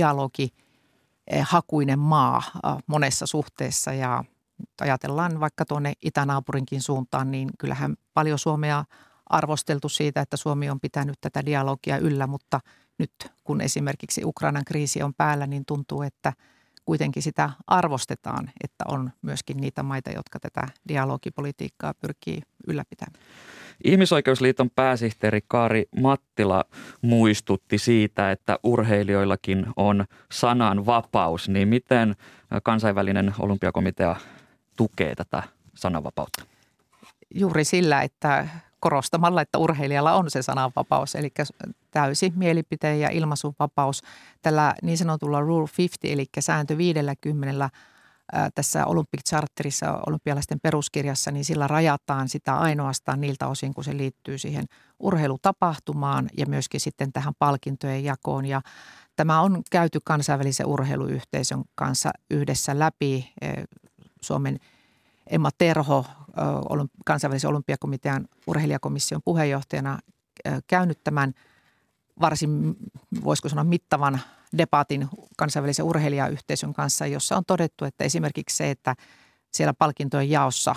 dialogihakuinen maa monessa suhteessa ja ajatellaan vaikka tuonne itänaapurinkin suuntaan, niin kyllähän paljon Suomea arvosteltu siitä, että Suomi on pitänyt tätä dialogia yllä, mutta nyt kun esimerkiksi Ukrainan kriisi on päällä, niin tuntuu, että kuitenkin sitä arvostetaan, että on myöskin niitä maita, jotka tätä dialogipolitiikkaa pyrkii ylläpitämään. Ihmisoikeusliiton pääsihteeri Kaari Mattila muistutti siitä, että urheilijoillakin on sananvapaus. Niin miten kansainvälinen olympiakomitea tukee tätä sananvapautta? Juuri sillä, että korostamalla, että urheilijalla on se sananvapaus, eli täysi mielipiteen ja ilmaisunvapaus. Tällä niin sanotulla Rule 50, eli sääntö 50 tässä Olympic Charterissa, olympialaisten peruskirjassa, niin sillä rajataan sitä ainoastaan niiltä osin, kun se liittyy siihen urheilutapahtumaan ja myöskin sitten tähän palkintojen jakoon. Ja tämä on käyty kansainvälisen urheiluyhteisön kanssa yhdessä läpi. Suomen Emma Terho, kansainvälisen olympiakomitean urheilijakomission puheenjohtajana, käynyt tämän varsin, voisiko sanoa, mittavan debatin kansainvälisen urheilijayhteisön kanssa, jossa on todettu, että esimerkiksi se, että siellä palkintojen jaossa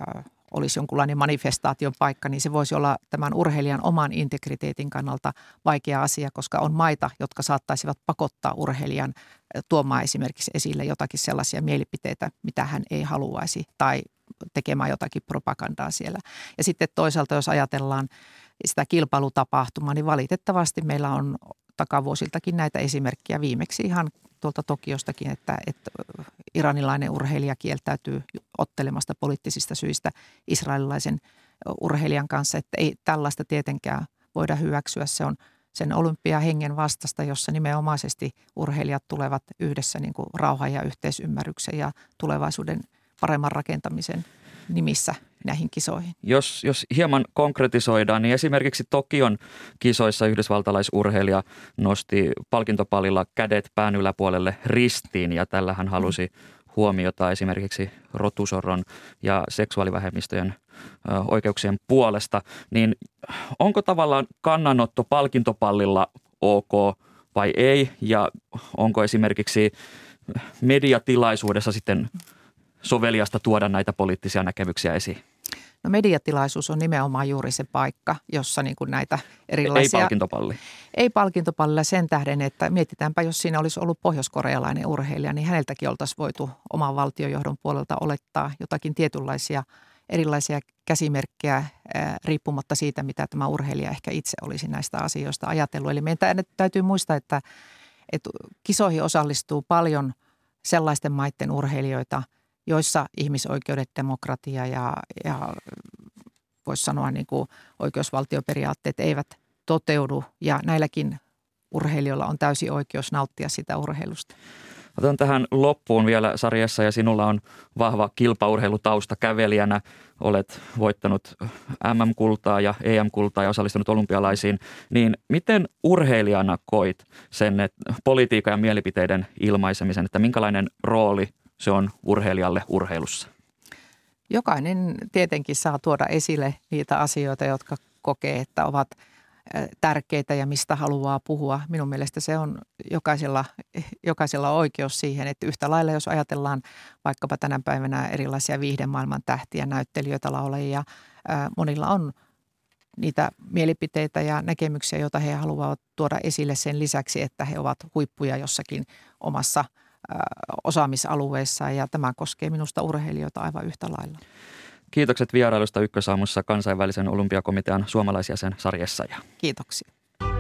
olisi jonkunlainen manifestaation paikka, niin se voisi olla tämän urheilijan oman integriteetin kannalta vaikea asia, koska on maita, jotka saattaisivat pakottaa urheilijan tuomaan esimerkiksi esille jotakin sellaisia mielipiteitä, mitä hän ei haluaisi, tai tekemään jotakin propagandaa siellä. Ja sitten toisaalta, jos ajatellaan sitä kilpailutapahtumaa, niin valitettavasti meillä on takavuosiltakin näitä esimerkkejä, viimeksi ihan tuolta Tokiostakin, että iranilainen urheilija kieltäytyy ottelemasta poliittisista syistä israelilaisen urheilijan kanssa, että ei tällaista tietenkään voida hyväksyä. Se on sen olympiahengen vastasta, jossa nimenomaisesti urheilijat tulevat yhdessä niin kuin rauhan ja yhteisymmärryksen ja tulevaisuuden paremman rakentamisen nimissä näihin kisoihin. Jos hieman konkretisoidaan, niin esimerkiksi Tokion kisoissa yhdysvaltalaisurheilija nosti palkintopallilla kädet pään yläpuolelle ristiin ja tällä hän halusi huomiota esimerkiksi rotusorron ja seksuaalivähemmistöjen oikeuksien puolesta. Niin onko tavallaan kannanotto palkintopallilla ok vai ei ja onko esimerkiksi mediatilaisuudessa sitten soveliasta tuoda näitä poliittisia näkemyksiä esiin? No mediatilaisuus on nimenomaan juuri se paikka, jossa niin kuin näitä erilaisia... Ei palkintopalli. Ei palkintopallilla sen tähden, että mietitäänpä, jos siinä olisi ollut pohjoiskorealainen urheilija, niin häneltäkin oltaisiin voitu oman valtiojohdon puolelta olettaa jotakin tietynlaisia erilaisia käsimerkkejä riippumatta siitä, mitä tämä urheilija ehkä itse olisi näistä asioista ajatellut. Eli meidän täytyy muistaa, että kisoihin osallistuu paljon sellaisten maiden urheilijoita, joissa ihmisoikeudet, demokratia ja voisi sanoa niin kuin oikeusvaltioperiaatteet eivät toteudu. Ja näilläkin urheilijoilla on täysi oikeus nauttia sitä urheilusta. Otan tähän loppuun vielä Sari ja sinulla on vahva kilpaurheilutausta kävelijänä. Olet voittanut MM-kultaa ja EM-kultaa ja osallistunut olympialaisiin. Niin miten urheilijana koit sen että politiikan ja mielipiteiden ilmaisemisen, että minkälainen rooli se on urheilijalle urheilussa? Jokainen tietenkin saa tuoda esille niitä asioita, jotka kokee, että ovat tärkeitä ja mistä haluaa puhua. Minun mielestä se on jokaisella oikeus siihen, että yhtä lailla jos ajatellaan vaikkapa tänä päivänä erilaisia viihdemaailman tähtiä, näyttelijöitä, laulajia, monilla on niitä mielipiteitä ja näkemyksiä, joita he haluavat tuoda esille sen lisäksi, että he ovat huippuja jossakin omassa osaamisalueessaan ja tämä koskee minusta urheilijoita aivan yhtä lailla. Kiitokset vierailusta Ykkösaamussa kansainvälisen olympiakomitean suomalaisjäsen Sari Essayah. Kiitoksia.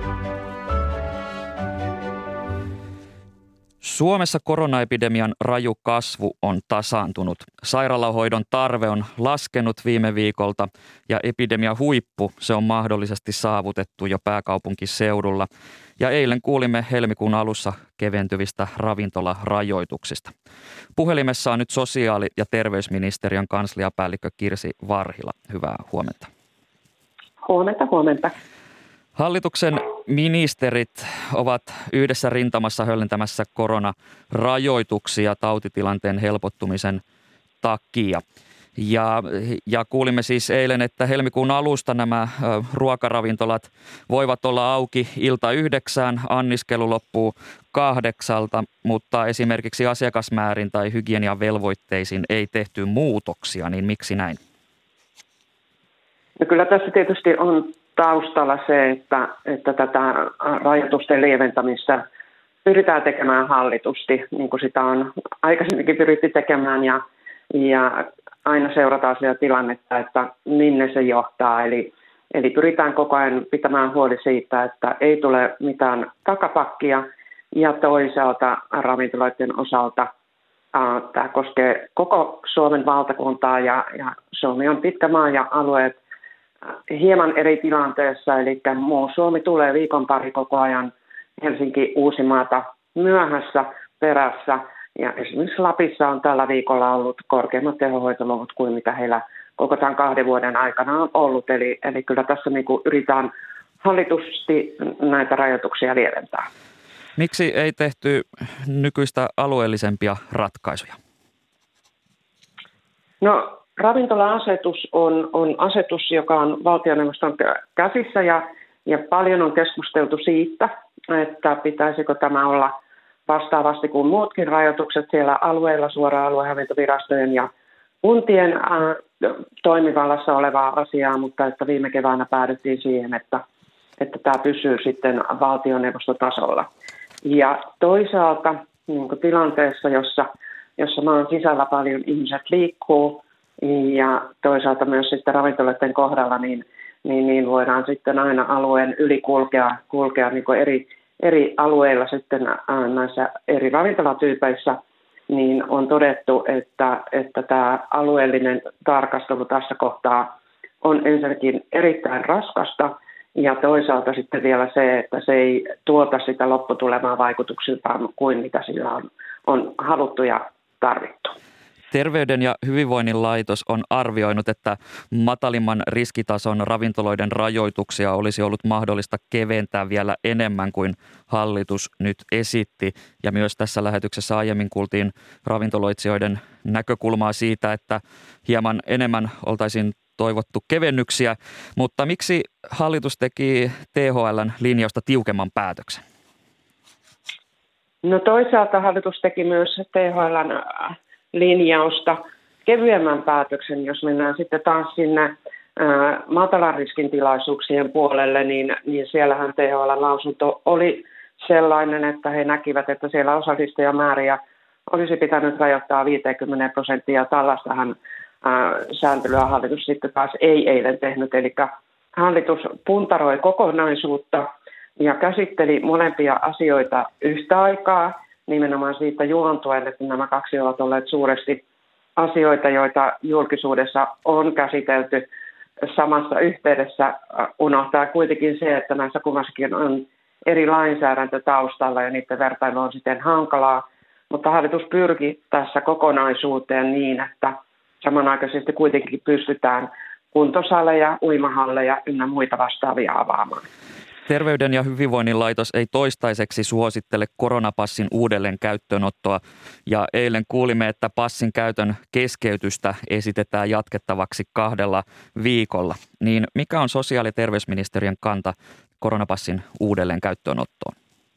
Suomessa koronaepidemian raju kasvu on tasaantunut. Sairaalahoidon tarve on laskenut viime viikolta ja epidemian huippu se on mahdollisesti saavutettu jo pääkaupunkiseudulla. Ja eilen kuulimme helmikuun alussa keventyvistä ravintolarajoituksista. Puhelimessa on nyt sosiaali- ja terveysministeriön kansliapäällikkö Kirsi Varhila. Hyvää huomenta. Huomenta. Hallituksen ministerit ovat yhdessä rintamassa höllentämässä koronarajoituksia tautitilanteen helpottumisen takia. Ja kuulimme siis eilen, että helmikuun alusta nämä ruokaravintolat voivat olla auki ilta 9, anniskelu loppuu 8, mutta esimerkiksi asiakasmäärin tai hygienian velvoitteisiin ei tehty muutoksia, niin miksi näin? No kyllä tässä tietysti on taustalla se, että tätä rajoitusten lieventämistä pyritään tekemään hallitusti, niin kuin sitä on aikaisemminkin pyritty tekemään ja aina seurataan sitä tilannetta, että minne se johtaa. Eli pyritään koko ajan pitämään huoli siitä, että ei tule mitään takapakkia ja toisaalta ravintoloiden osalta tämä koskee koko Suomen valtakuntaa ja Suomi on pitkä maa ja alueet hieman eri tilanteessa, eli muu Suomi tulee viikon pari koko ajan Helsinki Uusimaata myöhässä perässä. Ja esimerkiksi Lapissa on tällä viikolla ollut korkeammat tehohoitoluvut kuin mitä heillä koko tämän 2 vuoden aikana on ollut. Eli kyllä tässä niin kuin yritetään hallitusti näitä rajoituksia lieventää. Miksi ei tehty nykyistä alueellisempia ratkaisuja? No, ravintola-asetus on asetus, joka on valtioneuvoston käsissä ja paljon on keskusteltu siitä, että pitäisikö tämä olla vastaavasti kuin muutkin rajoitukset siellä alueilla suoraan aluehallintovirastojen ja kuntien toimivallassa olevaa asiaa, mutta että viime keväänä päädyttiin siihen, että tämä pysyy sitten valtioneuvostotasolla. Ja toisaalta niin kuin tilanteessa, jossa maan sisällä paljon ihmiset liikkuu ja toisaalta myös sitten ravintoloiden kohdalla, niin voidaan sitten aina alueen yli kulkea niin kuin eri alueilla sitten näissä eri ravintolatyypeissä, niin on todettu, että tämä alueellinen tarkastelu tässä kohtaa on ensinnäkin erittäin raskasta ja toisaalta sitten vielä se, että se ei tuota sitä lopputulemaa vaikutuksiltaan kuin mitä sillä on haluttu ja tarvittu. Terveyden ja hyvinvoinnin laitos on arvioinut, että matalimman riskitason ravintoloiden rajoituksia olisi ollut mahdollista keventää vielä enemmän kuin hallitus nyt esitti. Ja myös tässä lähetyksessä aiemmin kuultiin ravintoloitsijoiden näkökulmaa siitä, että hieman enemmän oltaisiin toivottu kevennyksiä. Mutta miksi hallitus teki THL:n linjausta tiukemman päätöksen? No toisaalta hallitus teki myös THL:n linjausta kevyemmän päätöksen, jos mennään sitten taas sinne matalan riskin tilaisuuksien puolelle, niin siellähän THL:n lausunto oli sellainen, että he näkivät, että siellä osallistujamääriä olisi pitänyt rajoittaa 50%. Tällaistahan sääntelyä hallitus sitten taas ei eilen tehnyt, eli hallitus puntaroi kokonaisuutta ja käsitteli molempia asioita yhtä aikaa, nimenomaan siitä juontuen, että nämä kaksi ovat olleet suuresti asioita, joita julkisuudessa on käsitelty samassa yhteydessä. Unohtaa kuitenkin se, että näissä kummassakin on eri lainsäädäntö taustalla ja niiden vertailu on siten hankalaa, mutta hallitus pyrki tässä kokonaisuuteen niin, että samanaikaisesti kuitenkin pystytään kuntosaleja, uimahalleja ynnä muita vastaavia avaamaan. Terveyden ja hyvinvoinnin laitos ei toistaiseksi suosittele koronapassin uudelleen käyttöönottoa ja eilen kuulimme, että passin käytön keskeytystä esitetään jatkettavaksi 2 viikolla. Niin mikä on sosiaali- ja terveysministeriön kanta koronapassin uudelleen käyttöönottoon?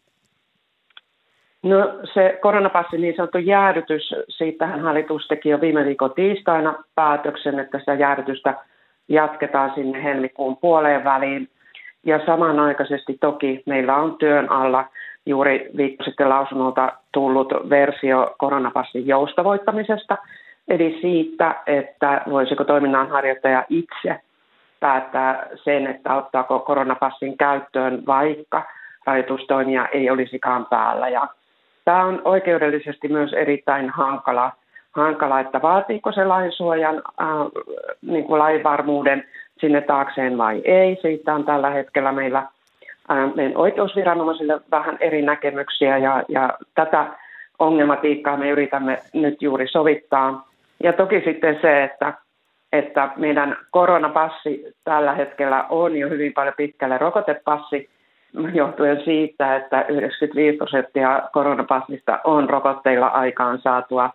No se koronapassin niin sanottu jäädytys, siitähän hallitus teki jo viime viikon tiistaina päätöksen, että sitä jäädytystä jatketaan sinne helmikuun puoleen väliin. Ja samanaikaisesti toki meillä on työn alla juuri viikko sitten lausunnolta tullut versio koronapassin joustavoittamisesta, eli siitä, että voisiko toiminnanharjoittaja itse päättää sen, että ottaako koronapassin käyttöön, vaikka rajoitustoimia ei olisikaan päällä. Ja tämä on oikeudellisesti myös erittäin hankala, että vaatiiko se lainsuojan, niin kuin lainvarmuuden sinne taakseen vai ei. Siitä on tällä hetkellä meidän oikeusviranomaisille vähän eri näkemyksiä ja tätä ongelmatiikkaa me yritämme nyt juuri sovittaa. Ja toki sitten se, että meidän koronapassi tällä hetkellä on jo hyvin paljon pitkälle rokotepassi, johtuen siitä, että 95% koronapassista on rokotteilla aikaan saatua.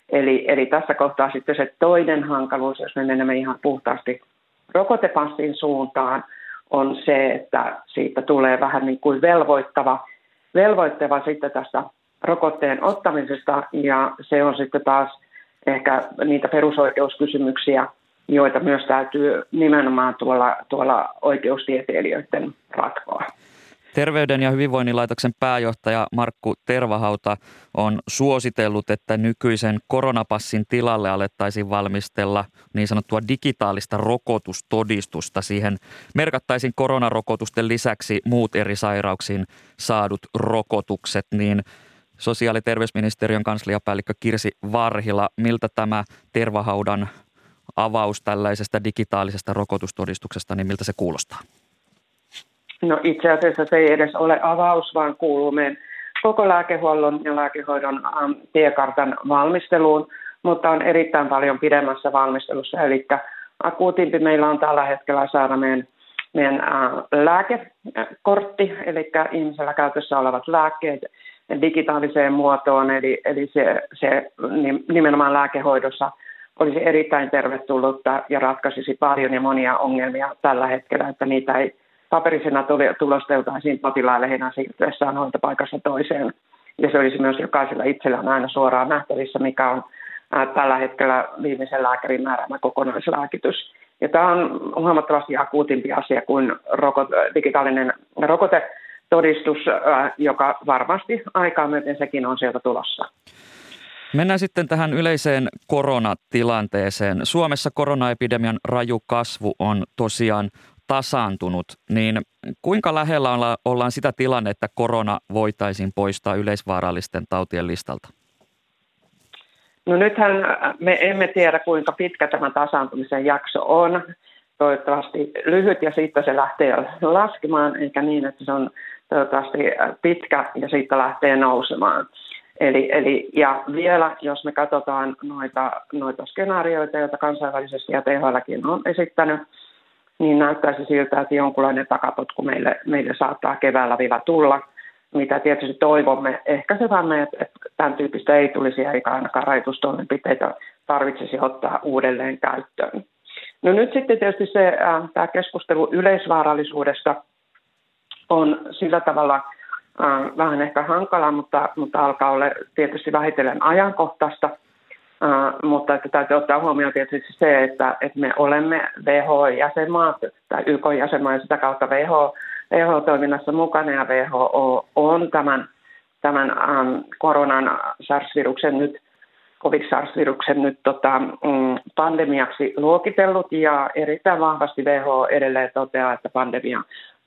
Eli tässä kohtaa sitten se toinen hankaluus, jos me menemme ihan puhtaasti rokotepassin suuntaan, on se, että siitä tulee vähän niin kuin velvoittava sitten tästä rokotteen ottamisesta, ja se on sitten taas ehkä niitä perusoikeuskysymyksiä, joita myös täytyy nimenomaan tuolla oikeustieteilijöiden ratkoa. Terveyden ja hyvinvoinnin laitoksen pääjohtaja Markku Tervahauta on suositellut, että nykyisen koronapassin tilalle alettaisiin valmistella niin sanottua digitaalista rokotustodistusta. Siihen merkattaisiin koronarokotusten lisäksi muut eri sairauksiin saadut rokotukset. Niin sosiaali- ja terveysministeriön kansliapäällikkö Kirsi Varhila, miltä tämä Tervahaudan avaus tällaisesta digitaalisesta rokotustodistuksesta, niin miltä se kuulostaa? No itse asiassa se ei edes ole avaus, vaan kuuluu meidän koko lääkehuollon ja lääkehoidon tiekartan valmisteluun, mutta on erittäin paljon pidemmässä valmistelussa. Eli akuutimpi meillä on tällä hetkellä saada meidän lääkekortti, eli ihmisellä käytössä olevat lääkkeet digitaaliseen muotoon, eli se nimenomaan lääkehoidossa olisi erittäin tervetullutta ja ratkaisisi paljon ja monia ongelmia tällä hetkellä, että niitä ei paperisena tulosteltaisiin potilaille heidän siirtyessään hoitopaikassa toiseen. Ja se olisi myös jokaisella itsellään aina suoraan nähtävissä, mikä on tällä hetkellä viimeisen lääkärin määräämä kokonaislääkitys. Ja tämä on huomattavasti akuutimpi asia kuin digitaalinen rokotetodistus, joka varmasti aikaa myöten sekin on sieltä tulossa. Mennään sitten tähän yleiseen koronatilanteeseen. Suomessa koronaepidemian raju kasvu on tosiaan tasaantunut, niin kuinka lähellä ollaan sitä tilannetta, että korona voitaisiin poistaa yleisvaarallisten tautien listalta? No nythän me emme tiedä, kuinka pitkä tämä tasaantumisen jakso on. Toivottavasti lyhyt ja siitä se lähtee laskemaan, eikä niin, että se on toivottavasti pitkä ja siitä lähtee nousemaan. Ja vielä, jos me katsotaan noita skenaarioita, joita kansainvälisesti ja THL:kin on esittänyt, niin näyttäisi siltä, että jonkunlainen takapotku meille saattaa keväällä vielä tulla, mitä tietysti toivomme ehkäisevämme, että tämän tyyppistä ei tulisi eikä ainakaan rajoitustoimenpiteitä tarvitsisi ottaa uudelleen käyttöön. No nyt sitten tietysti tämä keskustelu yleisvaarallisuudesta on sillä tavalla vähän ehkä hankala, mutta alkaa olla tietysti vähitellen ajankohtaista. Mutta että täytyy ottaa huomioon tietysti se, että me olemme WHO-jäsenmaat tai YK-jäsenmaa ja sitä kautta WHO-toiminnassa mukana ja WHO on tämän koronan SARS-viruksen nyt, COVID-SARS-viruksen nyt pandemiaksi luokitellut ja erittäin vahvasti WHO edelleen toteaa, että pandemia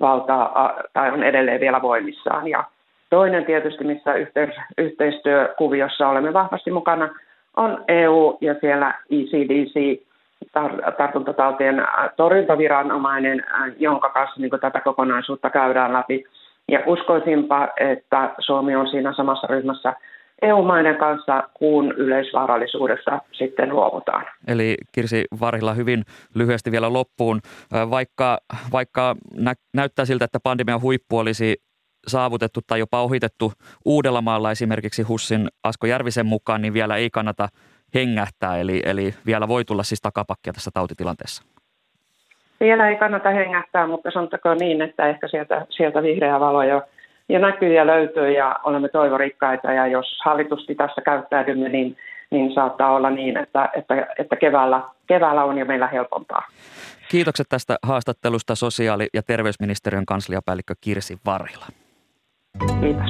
on edelleen vielä voimissaan. Ja toinen tietysti, missä yhteistyökuviossa olemme vahvasti mukana, on EU ja siellä ECDC, tartuntatautien torjuntaviranomainen, jonka kanssa niin tätä kokonaisuutta käydään läpi. Ja uskoisinpa, että Suomi on siinä samassa ryhmässä EU-maiden kanssa, kun yleisvaarallisuudesta sitten luovutaan. Eli Kirsi Varhila, hyvin lyhyesti vielä loppuun. Vaikka näyttää siltä, että pandemian huippu olisi saavutettu tai jopa ohitettu Uudellamaalla esimerkiksi HUSin Asko Järvisen mukaan, niin vielä ei kannata hengähtää. Eli vielä voi tulla siis takapakkia tässä tautitilanteessa. Vielä ei kannata hengähtää, mutta sanotaanko niin, että ehkä sieltä vihreä valo jo näkyy ja löytyy ja olemme toivorikkaita. Ja jos hallitusti tässä käyttäydymme, niin saattaa olla niin, että keväällä on jo meillä helpompaa. Kiitokset tästä haastattelusta sosiaali- ja terveysministeriön kansliapäällikkö Kirsi Varhila. Kiitos.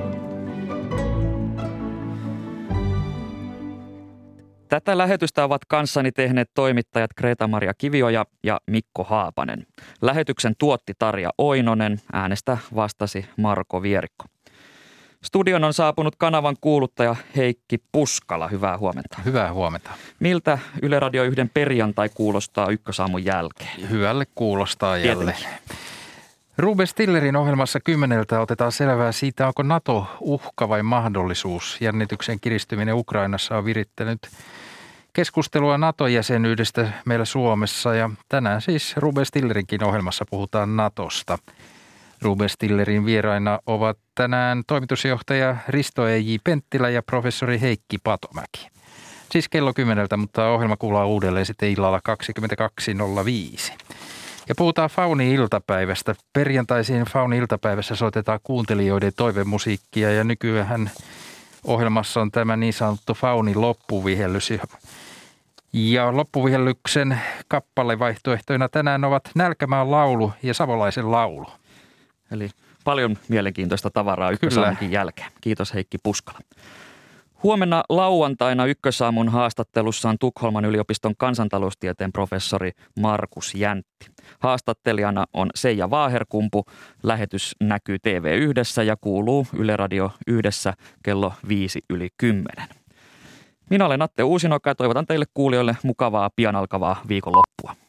Tätä lähetystä ovat kanssani tehneet toimittajat Greta-Maria Kivioja ja Mikko Haapanen. Lähetyksen tuotti Tarja Oinonen, äänestä vastasi Marko Vierikko. Studion on saapunut kanavan kuuluttaja Heikki Puskala. Hyvää huomenta. Hyvää huomenta. Miltä Yle Radio 1 perjantai kuulostaa Ykkösaamun jälkeen? Hyvälle kuulostaa jälleen. Tietenkin. Ruben Stillerin ohjelmassa 10 otetaan selvää siitä, onko NATO uhka vai mahdollisuus. Jännityksen kiristyminen Ukrainassa on virittänyt keskustelua NATO-jäsenyydestä meillä Suomessa ja tänään siis Ruben Stillerinkin ohjelmassa puhutaan NATOsta. Ruben Stillerin vieraina ovat tänään toimitusjohtaja Risto E.J. Penttilä ja professori Heikki Patomäki. Siis kello 10, mutta ohjelma kuullaan uudelleen sitten illalla 22.05. Ja puhutaan Fauni-iltapäivästä. Perjantaisin Fauni-iltapäivässä soitetaan kuuntelijoiden toivemusiikkia ja nykyään ohjelmassa on tämä niin sanottu Faunin loppuvihellys. Ja loppuvihellyksen kappalevaihtoehtoina tänään ovat Nälkämaan laulu ja Savolaisen laulu. Eli paljon mielenkiintoista tavaraa Ykkösaamunkin jälkeen. Kiitos Heikki Puskala. Huomenna lauantaina Ykkösaamun haastattelussa on Tukholman yliopiston kansantaloustieteen professori Markus Jäntti. Haastattelijana on Seija Vaaherkumpu. Lähetys näkyy TV1 ja kuuluu Yle Radio 1 kello 5:10. Minä olen Atte Uusinoka ja toivotan teille kuulijoille mukavaa pian alkavaa viikonloppua.